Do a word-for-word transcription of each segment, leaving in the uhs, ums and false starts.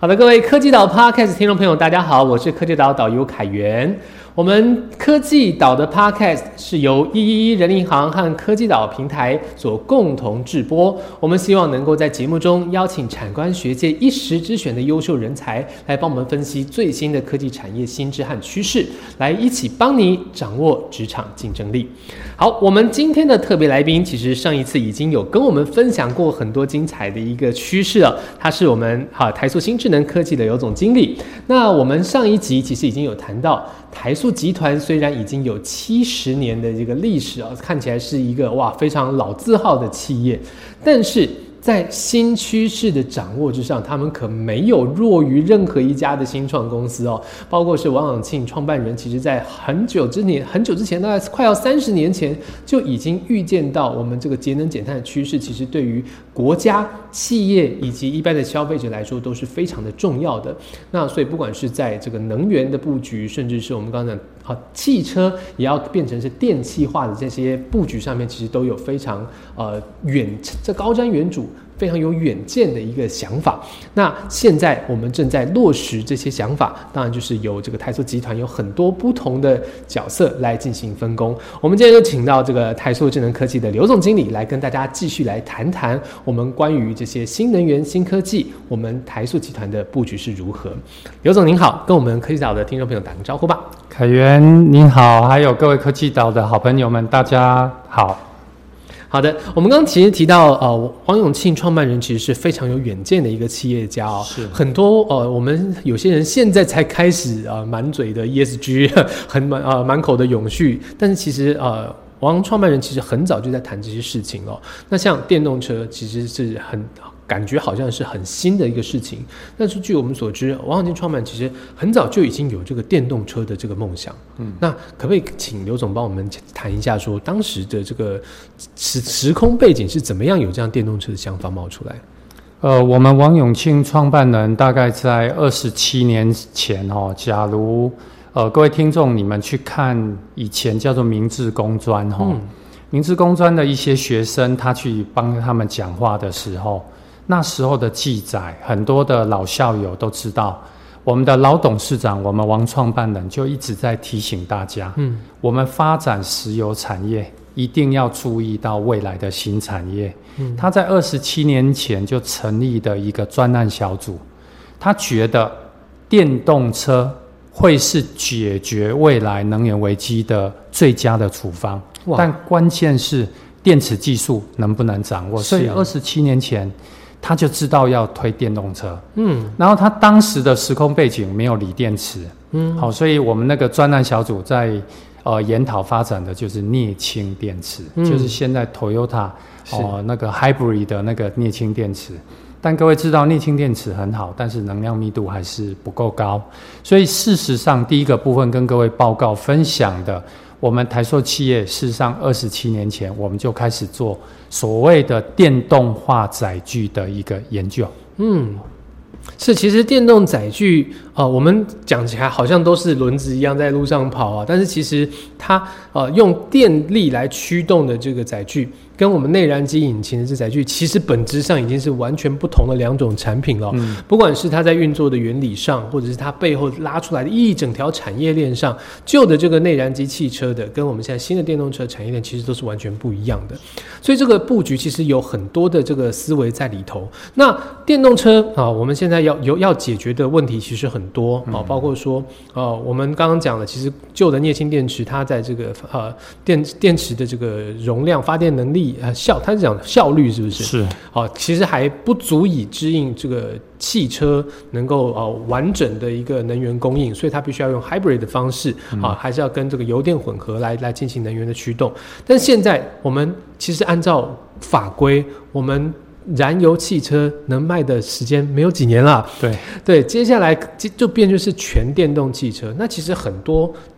好的，各位科技岛 Podcast 听众朋友，大家好，我是科技岛导游凯源。我们科技岛的 Podcast 是由一一一人力银行和科技岛平台所共同制播。我们希望能够在节目中邀请产官学界一时之选的优秀人才，来帮我们分析最新的科技产业新知和趋势，来一起帮你掌握职场竞争力。好，我们今天的特别来宾，其实上一次已经有跟我们分享过很多精彩的一个趋势了。他是我们哈台塑新智能科技的刘总经理。那我们上一集其实已经有谈到，台塑集团虽然已经有七十年的这个历史啊，看起来是一个哇非常老字号的企业，但是在新趋势的掌握之上，他们可没有弱于任何一家的新创公司哦。包括是王永庆创办人，其实在很久之年、很久之前，大概快要三十年前，就已经预见到我们这个节能减碳的趋势，其实对于国家、企业以及一般的消费者来说都是非常的重要的。那所以不管是在这个能源的布局，甚至是我们刚才讲好汽车也要变成是电气化的这些布局上面，其实都有非常呃远这高瞻远瞩。非常有远见的一个想法。那现在我们正在落实这些想法，当然就是由这个台塑集团有很多不同的角色来进行分工。我们今天就请到这个台塑智能科技的刘总经理来跟大家继续来谈谈我们关于这些新能源、新科技，我们台塑集团的布局是如何。刘总您好，跟我们科技岛的听众朋友打个招呼吧。 凯源您好，还有各位科技岛的好朋友们，大家好。 好的，我们刚刚其实提到，呃，王永庆创办人其实是非常有远见的一个企业家哦。是很多呃，我们有些人现在才开始呃满嘴的 E S G， 很满呃满口的永续，但是其实呃，王创办人其实很早就在谈这些事情哦。那像电动车，其实是很。感觉好像是很新的一个事情，但是据我们所知，王永庆创办人其实很早就已经有这个电动车的这个梦想。嗯，那可不可以请刘总帮我们谈一下，说当时的这个时时空背景是怎么样有这样电动车的想法冒出来？ 呃，我们王永庆创办人大概在二十七年前哦，假如呃各位听众你们去看以前叫做明志工专哈、哦嗯，明志工专的一些学生，他去帮他们讲话的时候。那时候的记载，很多的老校友都知道，我们的老董事长，我们王创办人就一直在提醒大家，嗯，我们发展石油产业一定要注意到未来的新产业。嗯，他在二十七年前就成立的一个专案小组，他觉得电动车会是解决未来能源危机的最佳的处方，但关键是电池技术能不能掌握。所以二十七年前。他就知道要推电动车，嗯，然后他当时的时空背景没有锂电池，嗯，好，所以我们那个专案小组在呃研讨发展的就是镍氢电池，嗯、就是现在 Toyota 哦、呃、那个 Hybrid 的那个镍氢电池。但各位知道镍氢电池很好，但是能量密度还是不够高，所以事实上第一个部分跟各位报告分享的。我们台塑企业事实上二十七年前我们就开始做所谓的电动化载具的一个研究。嗯，是，其实电动载具呃，我们讲起来好像都是轮子一样在路上跑啊，但是其实它呃用电力来驱动的这个载具，跟我们内燃机引擎的这载具，其实本质上已经是完全不同的两种产品了。嗯，不管是它在运作的原理上，或者是它背后拉出来的一整条产业链上，旧的这个内燃机汽车的，跟我们现在新的电动车产业链其实都是完全不一样的。所以这个布局其实有很多的这个思维在里头。那电动车啊，我们现在要有要解决的问题其实很多啊，包括说呃，我们刚刚讲了，其实旧的镍氢电池，它在这个呃电电池的这个容量、发电能力、呃效，它是讲效率是不是？是。哦，其实还不足以支应这个汽车能够呃完整的一个能源供应，所以它必须要用 hybrid 的方式啊、呃，还是要跟这个油电混合来来进行能源的驱动。但现在我们其实按照法规，我们燃油汽车能卖的时间没有几年了，对对，接下来就变就是全电动汽车。那其实很多在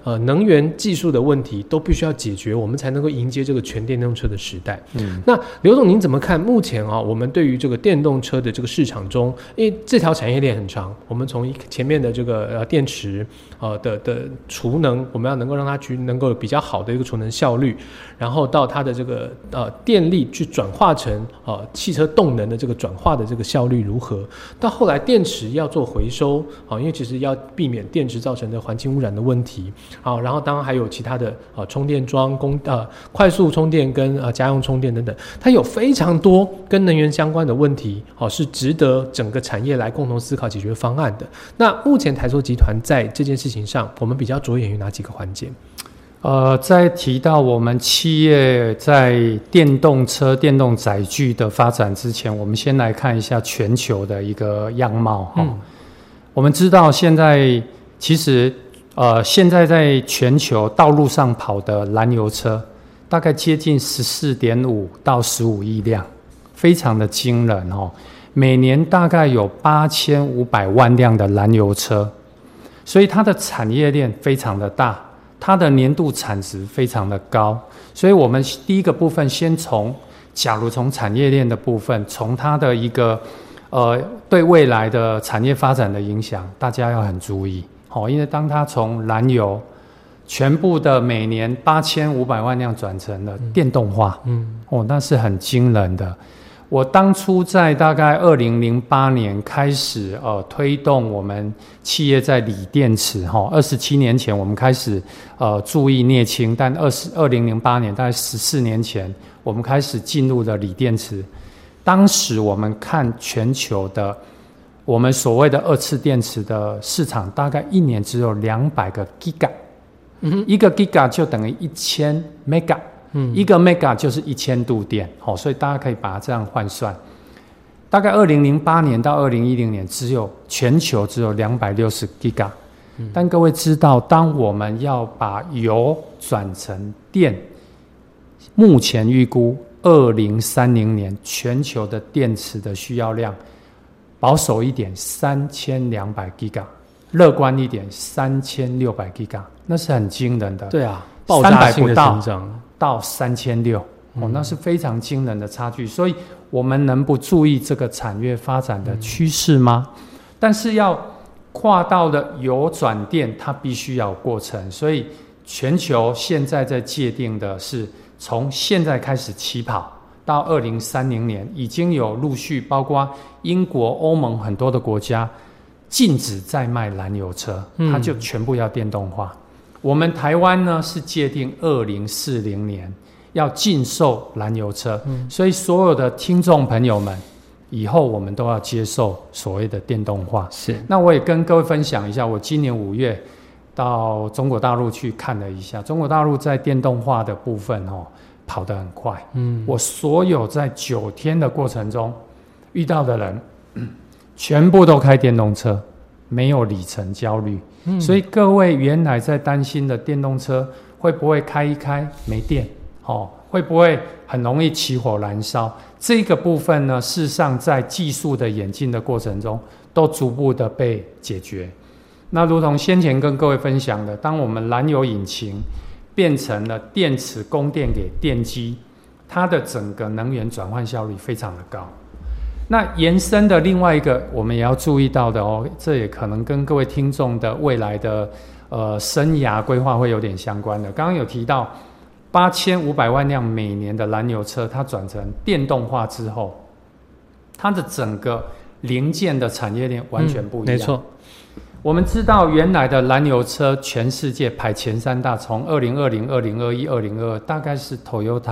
呃能源技术的问题都必须要解决，我们才能够迎接这个全电动车的时代。嗯，那刘总您怎么看？目前啊，我们对于这个电动车的这个市场中，因为这条产业链很长，我们从前面的这个呃电池呃的的储能，我们要能够让它去能够有比较好的一个储能效率，然后到它的这个呃电力去转化成呃汽车动能的这个转化的这个效率如何？到后来电池要做回收啊、呃，因为其实要避免电池造成的环境污染的问题啊、呃，然后当然还有其他的呃充电桩、供呃快速充电跟呃家用充电等等，它有非常多跟能源相关的问题，好、呃、是值得整个产业来共同思考解决方案的。那目前台塑集团在这件事情上，我们比较着眼于哪几个环节？ 呃，在提到我们企业在电动车、电动载具的发展之前，我们先来看一下全球的一个样貌。嗯，我们知道现在其实呃，现在在全球道路上跑的燃油车大概接近十四点五到十五亿辆，非常的惊人哦。每年大概有八千五百万辆的燃油车，所以它的产业链非常的大。它的年度产值非常的高，所以我们第一个部分先从，假如从产业链的部分，从它的一个呃对未来的产业发展的影响，大家要很注意。好、哦，因为当它从燃油全部的每年八千五百万辆转成了电动化，嗯，哦，那是很惊人的。我当初在大概二零零八年开始呃推动我们企业在锂电池哈，二十七年前我们开始呃注意镍氢，但二十二零零八年大概十四年前我们开始进入了锂电池。当时我们看全球的我们所谓的二次电池的市场，大概一年只有两百个 giga， 嗯，一个 giga 就等于一千 mega。嗯，一个 mega 就是一千度电，好、哦，所以大家可以把它这样换算。大概二零零八年到二零一零年，只有全球只有两百六十 giga、嗯。但各位知道，当我们要把油转成电，目前预估二零三零年全球的电池的需要量，保守一点三千两百 giga， 乐观一点三千六百 giga， 那是很惊人的。 对啊，爆炸性的增长。 到三千六，哦，那是非常惊人的差距。所以，我们能不注意这个产业发展的趋势吗？嗯、但是要跨到的油转电，它必须要有过程。所以，全球现在在界定的是，从现在开始起跑，到二零三零年，已经有陆续包括英国、欧盟很多的国家禁止再卖燃油车，它就全部要电动化。嗯，我们台湾呢是界定二零四零年要禁售燃油车、嗯，所以所有的听众朋友们，以后我们都要接受所谓的电动化。 是， 那我也跟各位分享一下，我今年五月到中国大陆去看了一下，中国大陆在电动化的部分哦跑得很快。嗯，我所有在九天的过程中遇到的人，全部都开电动车，没有里程焦虑。嗯、所以各位原来在担心的电动车会不会开一开没电、哦、会不会很容易起火燃烧，这个部分呢事实上在技术的演进的过程中都逐步的被解决。那如同先前跟各位分享的，当我们燃油引擎变成了电池供电给电机，它的整个能源转换效率非常的高。那延伸的另外一个我们也要注意到的哦，这也可能跟各位听众的未来的呃生涯规划会有点相关的。刚刚有提到八千五百万辆每年的燃油车，它转成电动化之后，它的整个零件的产业链完全不一样。嗯、没错，我们知道原来的燃油车全世界排前三大，从二零二零、二零二一、二零二二，大概是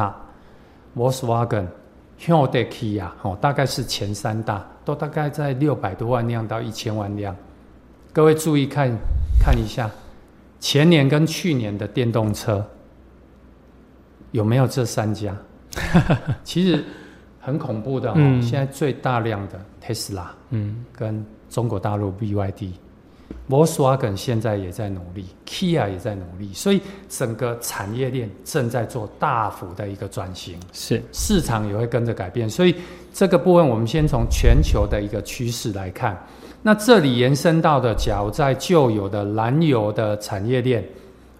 Toyota、Volkswagen。Hyundai、Kia 哦，大概是前三大，都大概在六百多万辆到一千万辆。各位注意看看一下，前年跟去年的电动车有没有这三家？其实很恐怖的哦。嗯、现在最大量的 Tesla， 嗯，跟中国大陆 B Y D。Volkswagen 现在也在努力 ，Kia 也在努力，所以整个产业链正在做大幅的一个转型， 是市场也会跟着改变。所以这个部分，我们先从全球的一个趋势来看。那这里延伸到的，假如在旧有的燃油的产业链，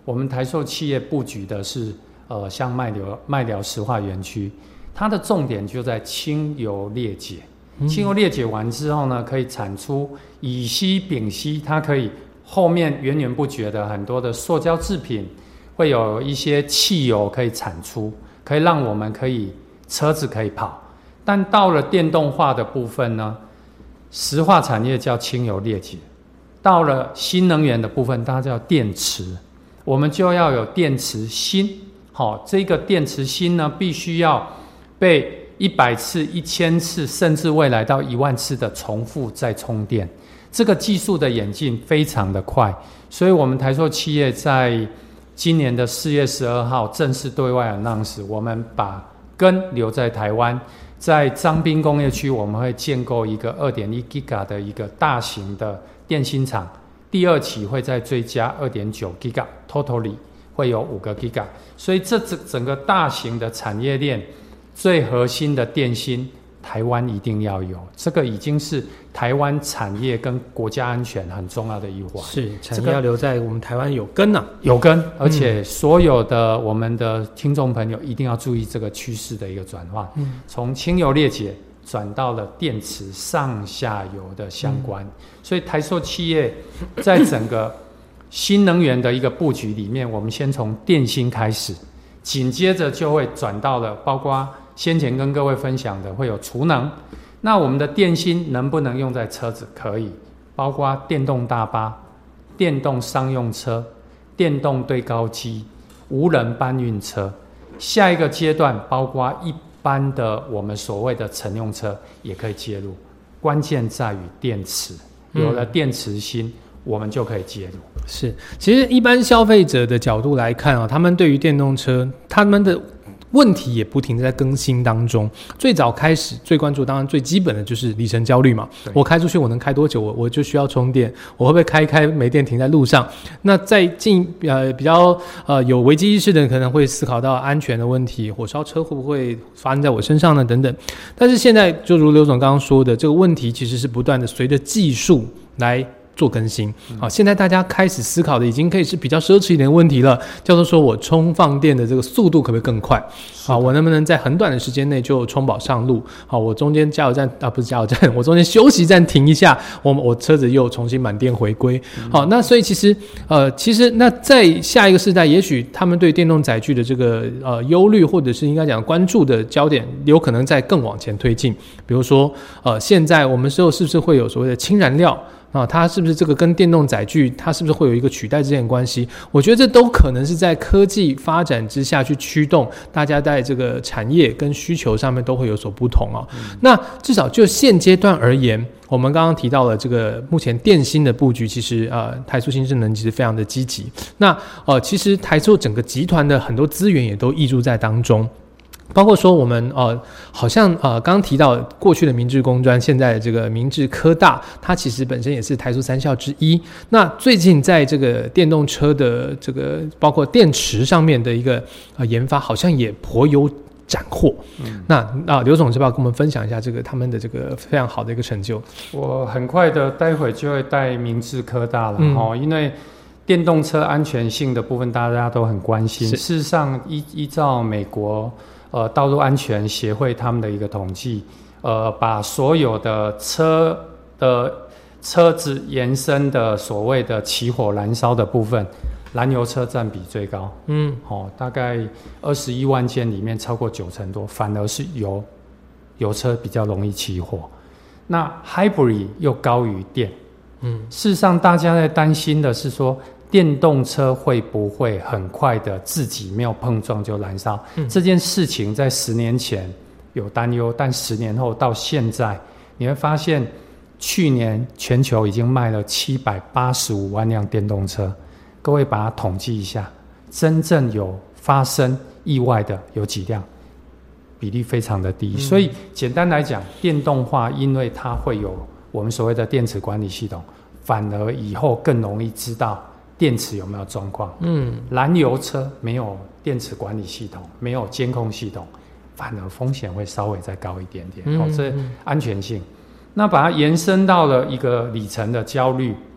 我们台塑企业布局的是呃像麦寮麦寮石化园区，它的重点就在清油裂解。清油裂解完之后呢，可以产出乙烯、丙烯，它可以后面源源不绝的很多的塑胶制品，会有一些汽油可以产出，可以让我们可以车子可以跑。但到了电动化的部分呢，石化产业叫清油裂解，到了新能源的部分，它叫电池。我们就要有电池芯，好、哦，这个电池芯呢，必须要被一百次、一千次，甚至未来到一万次的重复再充电。这个技术的演进非常的快，所以我们台塑企业在今年的四月十二号正式对外 announce， 我们把根留在台湾，在彰滨工业区，我们会建构一个 二点一 Giga 的一个大型的电芯厂。第二期会再追加 二点九 Giga， totally 会有五个 Giga， 所以这整个大型的产业链最核心的电芯，台湾一定要有，这个已经是台湾产业跟国家安全很重要的一环。 是，产业要留在我们台湾有根啊， 有根，而且所有的我们的听众朋友一定要注意这个趋势的一个转换，嗯，从清油裂解转到了电池上下游的相关，嗯、所以台塑企业在整个新能源的一个布局里面，我们先从电芯开始，紧接着就会转到了包括先前跟各位分享的会有储能。那我们的电芯能不能用在车子？可以，包括电动大巴、电动商用车、电动堆高机、无人搬运车。下一个阶段包括一般的我们所谓的乘用车也可以介入，关键在于电池，有了电池芯、嗯、我们就可以介入。 是，其实一般消费者的角度来看啊，他们对于电动车他们的问题也不停地在更新当中。最早开始最关注当然最基本的就是里程焦虑嘛，我开出去我能开多久，我我就需要充电，我会不会开一开没电停在路上。那再进呃比较呃有危机意识的人可能会思考到安全的问题，火烧车会不会发生在我身上呢等等。但是现在就如刘总刚刚说的，这个问题其实是不断的随着技术来做更新。好，现在大家开始思考的已经可以是比较奢侈一点的问题了，叫做说我充放电的这个速度可不可以更快？好，我能不能在很短的时间内就充饱上路？好，我中间加油站啊不是加油站，我中间休息站停一下，我我车子又重新满电回归。好，那所以其实呃其实那在下一个世代，也许他们对电动载具的这个呃忧虑或者是应该讲关注的焦点，有可能在更往前推进。比如说呃现在我们之后是不是会有所谓的氢燃料？啊，它是不是这个跟电动载具，它是不是会有一个取代之间的关系？我觉得这都可能是在科技发展之下去驱动大家在这个产业跟需求上面都会有所不同哦。嗯、那至少就现阶段而言，我们刚刚提到了这个目前电芯的布局，其实呃台塑新智能其实非常的积极。那呃其实台塑整个集团的很多资源也都挹注在当中。包括说我们呃好像呃刚刚提到过去的明治工专，现在的这个明治科大，它其实本身也是台塑三校之一。那最近在这个电动车的这个包括电池上面的一个呃研发，好像也颇有斩获。嗯、那啊刘总是不是要跟我们分享一下这个他们的这个非常好的一个成就？ 我很快的待会就会带明治科大了、嗯哦、因为电动车安全性的部分大家都很关心。事实上依依照美国呃，道路安全协会他们的一个统计，呃，把所有的车的车子延伸的所谓的起火燃烧的部分，燃油车占比最高，嗯，哦，大概二十一万件里面超过九成多，反而是油油车比较容易起火。那 hybrid 又高于电，嗯，事实上大家在担心的是说，电动车会不会很快的自己没有碰撞就燃烧、嗯、这件事情在十年前有担忧，但十年后到现在你会发现去年全球已经卖了七百八十五万辆电动车，各位把它统计一下，真正有发生意外的有几辆？比例非常的低、嗯、所以简单来讲，电动化因为它会有我们所谓的电池管理系统，反而以后更容易知道电池有没有状况？嗯，燃油车没有电池管理系统，没有监控系统，反而风险会稍微再高一点点。嗯、哦，这安全性。那把它延伸到了一个里程的焦虑。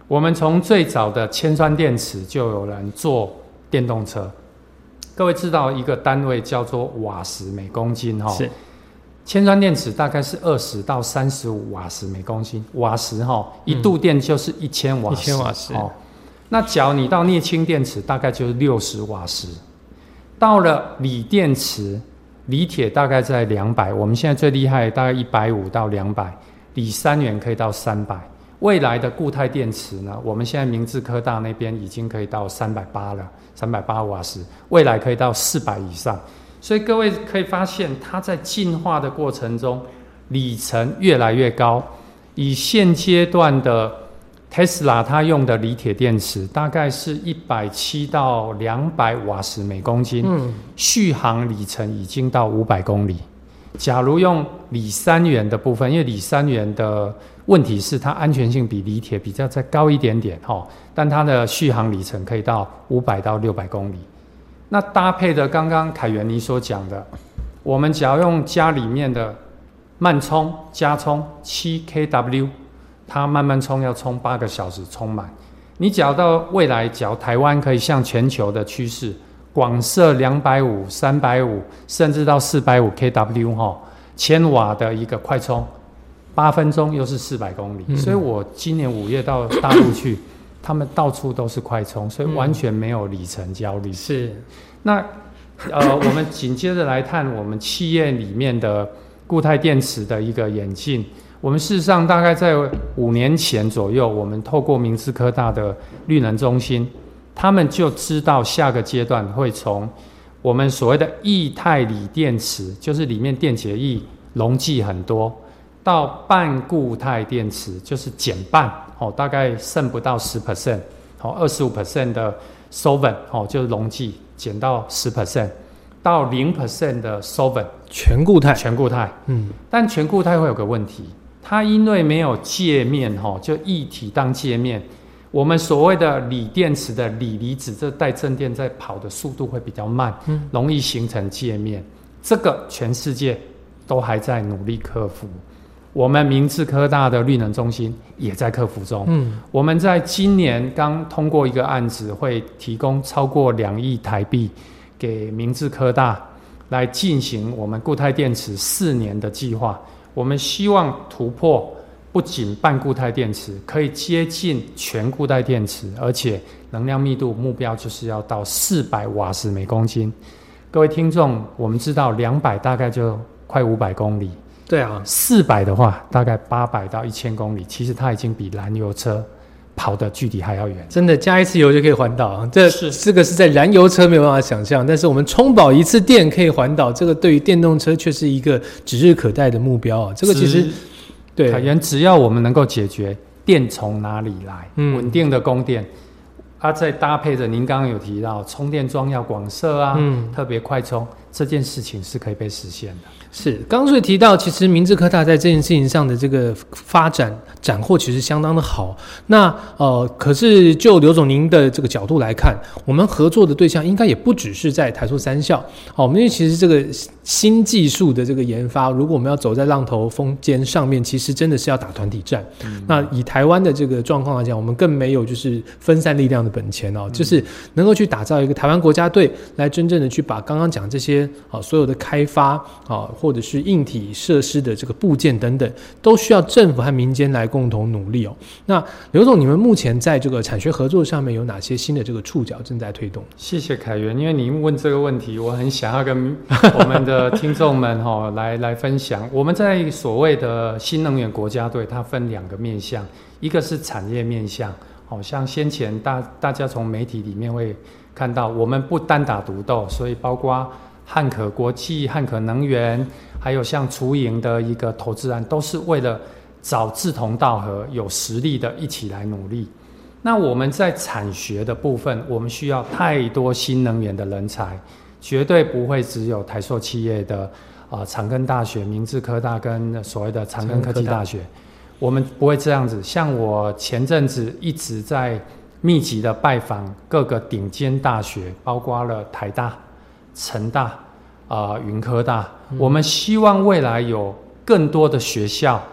我们从最早的铅酸电池就有人做电动车。各位知道一个单位叫做瓦时每公斤哈， 是铅酸电池大概是二十到三十五瓦时每公斤，瓦时哈一度电就是一千瓦时， 一千瓦时哦。那假如你到镍氢电池，大概就是六十瓦时。到了锂电池，锂铁大概在两百，我们现在最厉害大概一百五到两百，锂三元可以到三百。未来的固态电池呢，我们现在明志科大那边已经可以到三百八了，三百八瓦时，未来可以到四百以上。所以各位可以发现，它在进化的过程中，里程越来越高。以现阶段的 Tesla 它用的锂铁电池，大概是一百七到两百瓦时每公斤，嗯，续航里程已经到五百公里。假如用锂三元的部分，因为锂三元的问题是它安全性比锂铁比较再高一点点，但它的续航里程可以到五百到六百公里。那搭配的刚刚凯源你所讲的，我们只要用家里面的慢充加充 七 K W， 它慢慢充要充八个小时充满。你只要到未来，只要台湾可以向全球的趋势广设两百五、三百五，甚至到四百五 K W 哈，千瓦的一个快充，八分钟又是四百公里。嗯、所以我今年五月到大陆去，他们到处都是快充，所以完全没有里程焦虑。 是， 那呃，我们紧接着来看我们企业里面的固态电池的一个演进。我们事实上大概在五年前左右，我们透过明志科大的绿能中心。他们就知道下个阶段会从我们所谓的液态锂电池，就是里面电解液溶剂很多，到半固态电池，就是减半，哦，大概剩不到 百分之十，哦，二十五 的 solvent，哦，就是溶剂减到 百分之十，到 百分之零 的 solvent， 全固态， 全固态， 嗯， 但全固态会有个问题，它因为没有界面，哦，就液体当界面。我们所谓的锂电池的锂离子，这带正电在跑的速度会比较慢，嗯，容易形成界面。这个全世界都还在努力克服，我们明志科大的绿能中心也在克服中。嗯，我们在今年刚通过一个案子，会提供超过两亿台币给明志科大来进行我们固态电池四年的计划。我们希望突破。不仅半固态电池可以接近全固态电池，而且能量密度目标就是要到四百瓦时每公斤。各位听众，我们知道两百大概就快五百公里， 对啊， 四百的话大概八百到一千公里，其实它已经比燃油车跑的距离还要远。 真的，加一次油就可以环岛，这是这个是在燃油车没有办法想象，但是我们充饱一次电可以环岛，这个对于电动车却是一个指日可待的目标啊！这个其实。对， 凯源，只要我们能够解决电从哪里来，嗯，稳定的供电，啊，再搭配着您刚刚有提到充电桩要广设啊，嗯，特别快充，这件事情是可以被实现的。 是，刚刚提到，其实明志科大在这件事情上的这个发展斩获其实相当的好。那呃，可是就刘总您的这个角度来看，我们合作的对象应该也不只是在台塑三校。好，我们因为其实这个新技术的这个研发，如果我们要走在浪头风尖上面，其实真的是要打团体战。嗯、那以台湾的这个状况来讲，我们更没有就是分散力量的本钱哦，嗯、就是能够去打造一个台湾国家队，来真正的去把刚刚讲这些啊所有的开发啊。或者是硬体设施的这个部件等等，都需要政府和民间来共同努力哦。那刘总，你们目前在这个产学合作上面有哪些新的这个触角正在推动？ 谢谢凯源，因为您问这个问题，我很想要跟我们的听众们哈、哦、来来分享。我们在所谓的新能源国家队，它分两个面向，一个是产业面向，好、哦、像先前大大家从媒体里面会看到，我们不单打独斗，所以包括汉可国际、汉可能源，还有像雏鹰的一个投资案，都是为了找志同道合、有实力的一起来努力。那我们在产学的部分，我们需要太多新能源的人才，绝对不会只有台塑企业的啊、呃、长庚大学、明志科大跟所谓的长庚科技大学，我们不会这样子。像我前阵子一直在密集的拜访各个顶尖大学，包括了台大、成大、啊、呃、云科大、嗯，我们希望未来有更多的学校、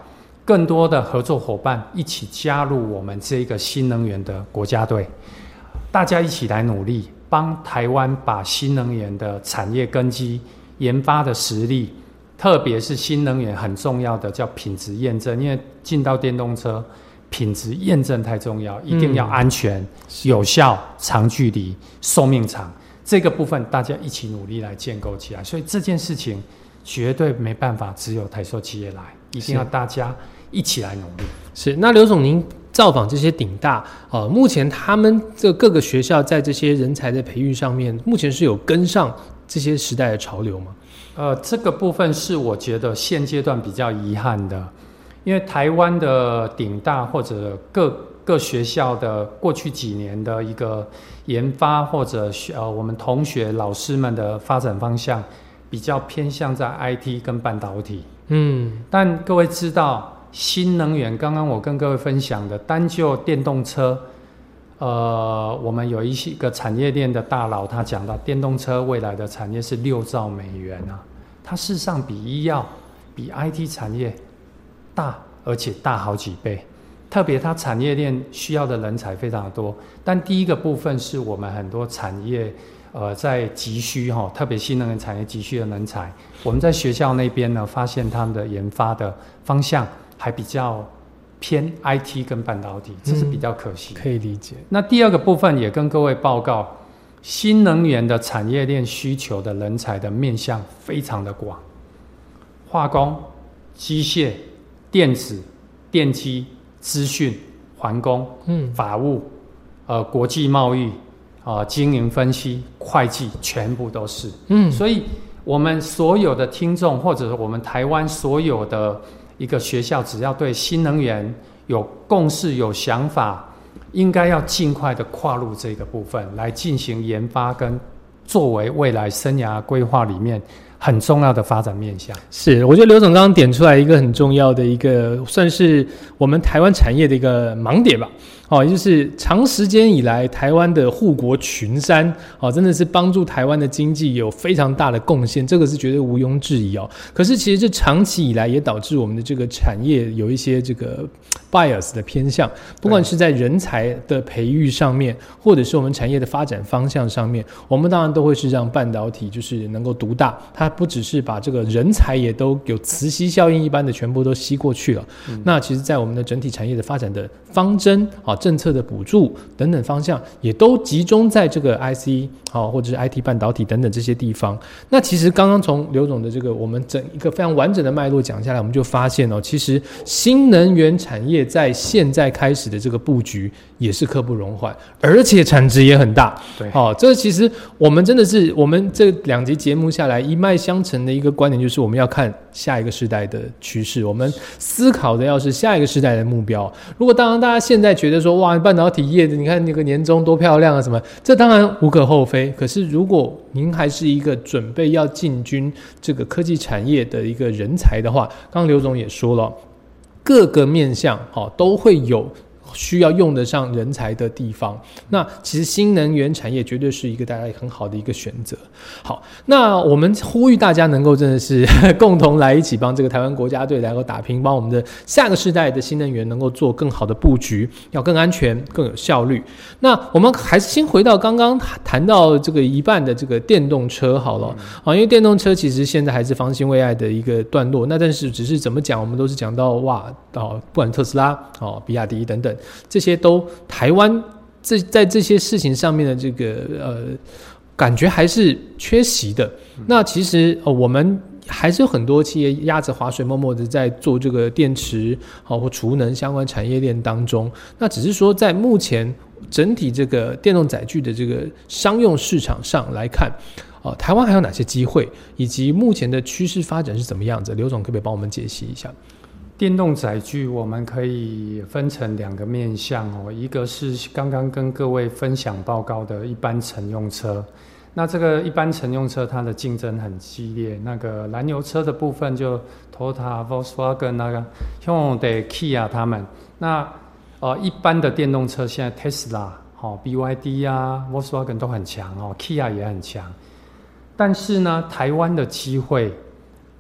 更多的合作伙伴一起加入我们这个新能源的国家队，大家一起来努力，帮台湾把新能源的产业根基、研发的实力，特别是新能源很重要的叫品质验证，因为进到电动车，品质验证太重要，一定要安全、嗯、有效、长距离、寿命长，这个部分大家一起努力来建构起来。所以这件事情绝对没办法只有台塑企业来，一定要大家一起来努力。 是，那刘总您造访这些顶大，呃，目前他们这各个学校在这些人才的培育上面，目前是有跟上这些时代的潮流吗？ 呃，这个部分是我觉得现阶段比较遗憾的，因为台湾的顶大或者各各学校的过去几年的一个研发，或者呃我们同学老师们的发展方向，比较偏向在 I T 跟半导体。嗯，但各位知道，新能源刚刚我跟各位分享的，单就电动车，呃，我们有一些个产业链的大佬，他讲到电动车未来的产业是六兆美元啊，它事实上比医药、比 I T 产业大，而且大好几倍。特别它产业链需要的人才非常的多，但第一个部分是我们很多产业。呃，在急需哈，特别新能源产业急需的人才，我们在学校那边呢，发现他们的研发的方向还比较偏 I T 跟半导体，这是比较可惜、嗯。 可以理解。 那第二个部分也跟各位报告，新能源的产业链需求的人才的面向非常的广，化工、机械、电子、电机、资讯、环工、嗯、法务、呃，国际贸易。啊，经营分析、会计，全部都是。嗯，所以我们所有的听众，或者我们台湾所有的一个学校，只要对新能源有共识、有想法，应该要尽快的跨入这个部分，来进行研发，跟作为未来生涯规划里面很重要的发展面向。 是，我觉得刘总刚刚点出来一个很重要的一个，算是我们台湾产业的一个盲点吧。哦，也就是长时间以来，台湾的护国群山，哦，真的是帮助台湾的经济有非常大的贡献，这个是绝对毋庸置疑哦。可是其实这长期以来也导致我们的这个产业有一些这个 bias 的偏向，不管是在人才的培育上面，或者是我们产业的发展方向上面，我们当然都会是让半导体就是能够独大，它不只是把这个人才也都有磁吸效应一般的全部都吸过去了。嗯、那其实，在我们的整体产业的发展的方针啊。政策的补助等等方向也都集中在这个 I C 好，或者是 I T 半导体等等这些地方。那其实刚刚从刘总的这个我们整一个非常完整的脉络讲下来，我们就发现哦，其实新能源产业在现在开始的这个布局也是刻不容缓，而且产值也很大。 对， 好、哦，这其实我们真的是我们这两集节目下来一脉相承的一个观点，就是我们要看下一个时代的趋势，我们思考的要是下一个时代的目标。如果当然大家现在觉得说哇，半导体业的你看那个年终多漂亮啊什么，这当然无可厚非。可是如果您还是一个准备要进军这个科技产业的一个人才的话，刚刚刘总也说了，各个面向、哦、都会有需要用得上人才的地方，那其实新能源产业绝对是一个大家很好的一个选择。好，那我们呼吁大家能够真的是共同来一起帮这个台湾国家队来够打拼，帮我们的下个世代的新能源能够做更好的布局，要更安全、更有效率。那我们还是先回到刚刚谈到这个一半的这个电动车好了、嗯啊、因为电动车其实现在还是方兴未艾的一个段落，那但是只是怎么讲，我们都是讲到哇、哦、不管特斯拉、哦、比亚迪等等，这些都台湾这在这些事情上面的这个呃感觉还是缺席的。那其实、呃、我们还是有很多企业压着划水默默的在做这个电池、哦、或储能相关产业链当中，那只是说在目前整体这个电动载具的这个商用市场上来看、呃、台湾还有哪些机会，以及目前的趋势发展是怎么样子？刘总可不可以帮我们解析一下？ 电动载具我们可以分成两个面向哦，一个是刚刚跟各位分享报告的一般乘用车，那这个一般乘用车它的竞争很激烈，那个燃油车的部分就 Toyota、Volkswagen 那个 Hyundai、Kia 他们，那呃一般的电动车现在 Tesla、哦、B Y D 啊 Volkswagen 都很强哦 ，Kia 也很强，但是呢，台湾的机会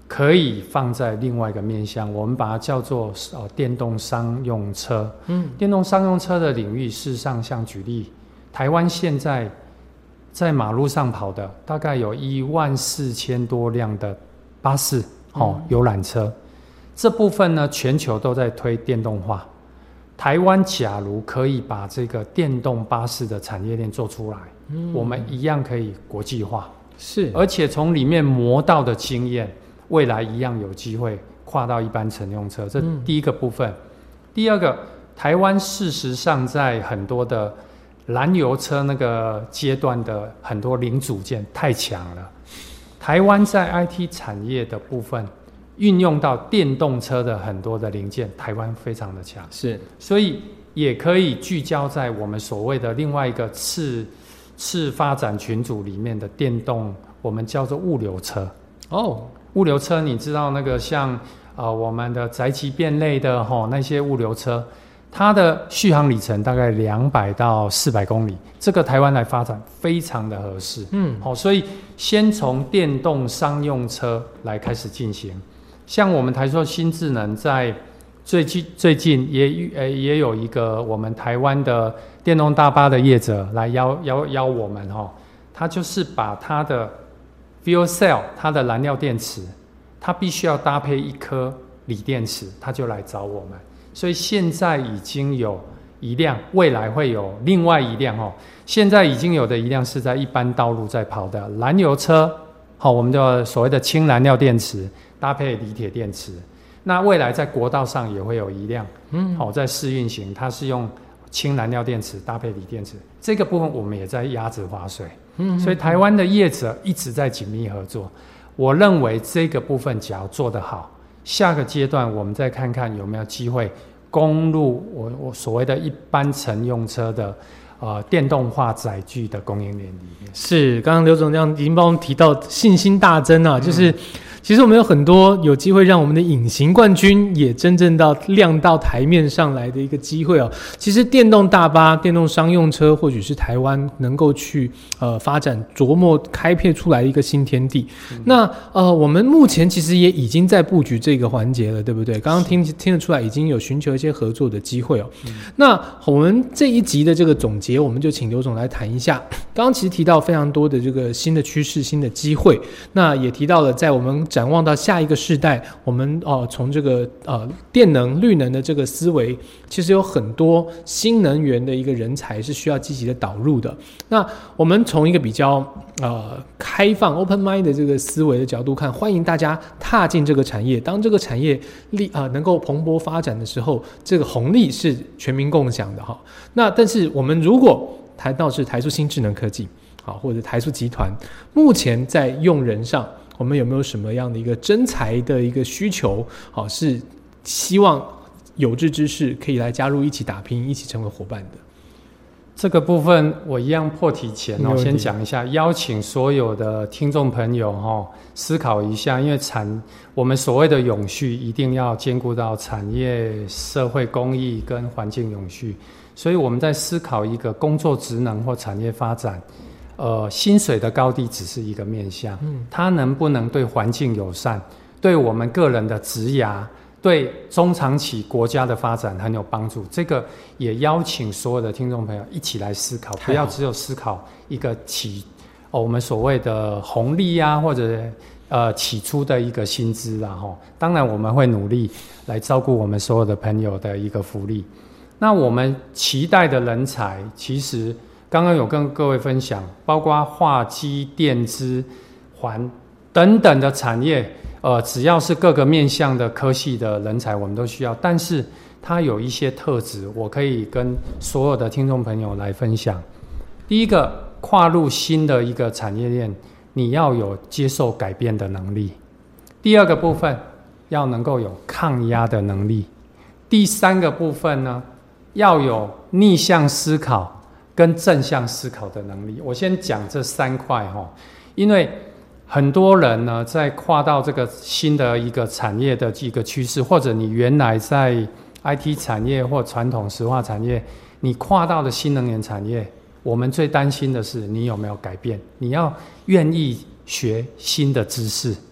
可以放在另外一个面向，我们把它叫做、呃、电动商用车。嗯，电动商用车的领域，事实上像举例，台湾现在在马路上跑的大概有一万四千多辆的巴士、哦、游览车，这部分呢全球都在推电动化。台湾假如可以把这个电动巴士的产业链做出来，嗯、我们一样可以国际化， 是， 而且从里面磨到的经验，未来一样有机会跨到一般乘用车，这第一个部分。嗯、第二个，台湾事实上在很多的燃油车那个阶段的很多零组件太强了，台湾在 I T 产业的部分运用到电动车的很多的零件，台湾非常的强， 是， 所以也可以聚焦在我们所谓的另外一个次次发展群组里面的电动，我们叫做物流车。哦，物流车你知道那个像呃我们的宅急便类的、哦、那些物流车，它的续航里程大概两百到四百公里，这个台湾来发展非常的合适。嗯，好、哦，所以先从电动商用车来开始进行。像我们台塑新智能在最近最近也呃也有一个我们台湾的电动大巴的业者来邀邀邀我们哈、哦，他就是把他的 fuel cell 它的燃料电池，它必须要搭配一颗锂电池，他就来找我们。所以现在已经有一辆，未来会有另外一辆哦。现在已经有的一辆是在一般道路在跑的燃油车，好，我们的所谓的氢燃料电池搭配锂铁电池。那未来在国道上也会有一辆，嗯，好，在试运行，它是用氢燃料电池搭配锂电池，这个部分我们也在鸭子划水。嗯，所以台湾的业者一直在紧密合作。我认为这个部分只要做得好，下个阶段我们再看看有没有机会攻入我我所谓的一般乘用车的呃电动化载具的供应链里面。 是，刚刚刘总这样已经帮我们提到信心大增啊，嗯、就是其实我们有很多有机会让我们的隐形冠军也真正到亮到台面上来的一个机会哦。其实电动大巴、电动商用车，或许是台湾能够去呃发展、琢磨、开辟出来的一个新天地。嗯、那呃，我们目前其实也已经在布局这个环节了，对不对？刚刚听听得出来，已经有寻求一些合作的机会哦。嗯、那我们这一集的这个总结，我们就请刘总来谈一下。刚刚其实提到非常多的这个新的趋势、新的机会，那也提到了在我们展望到下一个世代，我们哦从这个呃电能、绿能的这个思维，其实有很多新能源的一个人才是需要积极的导入的。那我们从一个比较呃开放 open mind 的这个思维的角度看，欢迎大家踏进这个产业。当这个产业力啊、呃、能够蓬勃发展的时候，这个红利是全民共享的哈。那但是我们如果谈到是台塑新智能科技好，或者台塑集团目前在用人上，我们有没有什么样的一个征才的一个需求？好，是希望有志之士可以来加入，一起打拼，一起成为伙伴的。 这个部分我一样破题前哦，先讲一下，邀请所有的听众朋友哦思考一下，因为产我们所谓的永续，一定要兼顾到产业、社会公益跟环境永续，所以我们在思考一个工作职能或产业发展。呃，薪水的高低只是一个面向，嗯，它能不能对环境友善，对我们个人的职涯，对中长期国家的发展很有帮助。这个也邀请所有的听众朋友一起来思考，不要只有思考一个起哦，我们所谓的红利啊，或者呃起初的一个薪资啊，哈。当然我们会努力来照顾我们所有的朋友的一个福利。那我们期待的人才，其实。刚刚有跟各位分享，包括化机、电资、环等等的产业，呃，只要是各个面向的科系的人才，我们都需要。但是它有一些特质，我可以跟所有的听众朋友来分享。第一个，跨入新的一个产业链，你要有接受改变的能力；第二个部分，要能够有抗压的能力；第三个部分呢，要有逆向思考。跟正向思考的能力，我先讲这三块哈，因为很多人呢在跨到这个新的一个产业的一个趋势，或者你原来在 I T 产业或传统石化产业，你跨到的新能源产业，我们最担心的是你有没有改变，你要愿意学新的知识，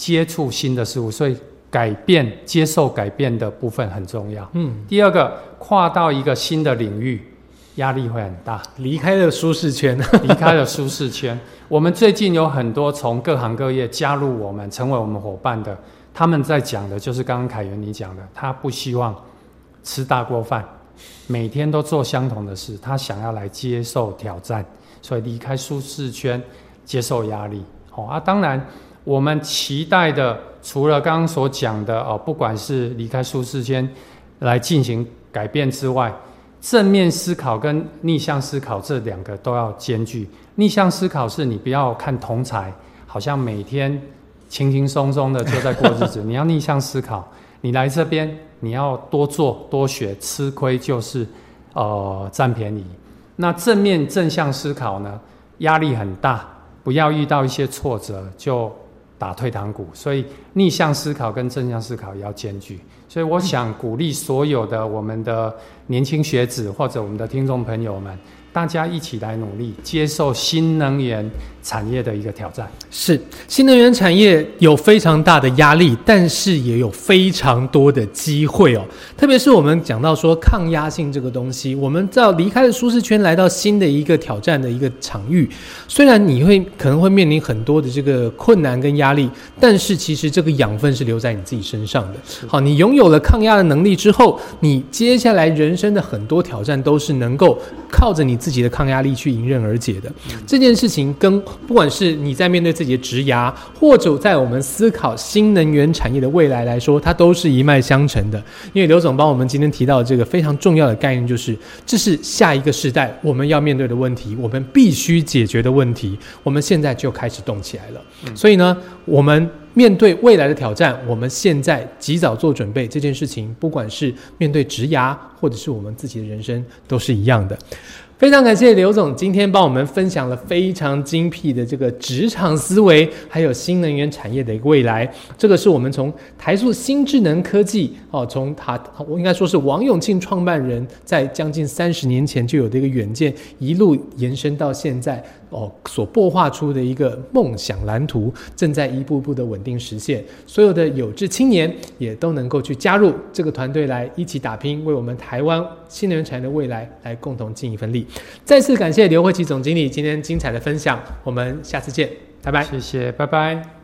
接触新的事物，所以改变、接受改变的部分很重要。 嗯， 第二个，跨到一个新的领域，压力会很大， 离开了舒适圈， 离开了舒适圈。我们最近有很多从各行各业加入我们，成为我们伙伴的，他们在讲的就是刚刚凯源你讲的，他不希望吃大锅饭，每天都做相同的事，他想要来接受挑战，所以离开舒适圈，接受压力。哦啊，当然我们期待的，除了刚刚所讲的哦，不管是离开舒适圈来进行改变之外，正面思考跟逆向思考这两个都要兼具。逆向思考是你不要看同侪，好像每天轻轻松松的就在过日子，你要逆向思考，你来这边你要多做多学，吃亏就是呃占便宜。那正面正向思考呢，压力很大，不要遇到一些挫折就打退堂鼓，所以逆向思考跟正向思考也要兼具。所以我想鼓励所有的我们的年轻学子或者我们的听众朋友们，大家一起来努力，接受新能源产业的一个挑战。 是，新能源产业有非常大的压力，但是也有非常多的机会哦。特别是我们讲到说抗压性这个东西，我们要离开了舒适圈，来到新的一个挑战的一个场域，虽然你会可能会面临很多的这个困难跟压力，但是其实这个养分是留在你自己身上的。好，你拥有了抗压的能力之后，你接下来人生的很多挑战都是能够靠着你自己的抗压力去迎刃而解的。嗯、这件事情跟不管是你在面对自己的职涯，或者在我们思考新能源产业的未来来说，它都是一脉相承的。因为刘总帮我们今天提到的这个非常重要的概念，就是这是下一个世代我们要面对的问题，我们必须解决的问题，我们现在就开始动起来了。嗯、所以呢，我们面对未来的挑战，我们现在及早做准备，这件事情不管是面对职涯或者是我们自己的人生都是一样的。非常感谢刘总今天帮我们分享了非常精辟的这个职场思维，还有新能源产业的一个未来。这个是我们从台塑新智能科技哦，从他我应该说是王永庆创办人在将近三十年前就有的一个远见，一路延伸到现在哦，所擘画出的一个梦想蓝图，正在一步步的稳定实现。所有的有志青年也都能够去加入这个团队来一起打拼，为我们台湾新能源产业的未来来共同尽一份力。再次感谢刘慧琪总经理今天精彩的分享，我们下次见，拜拜。 谢谢，拜拜。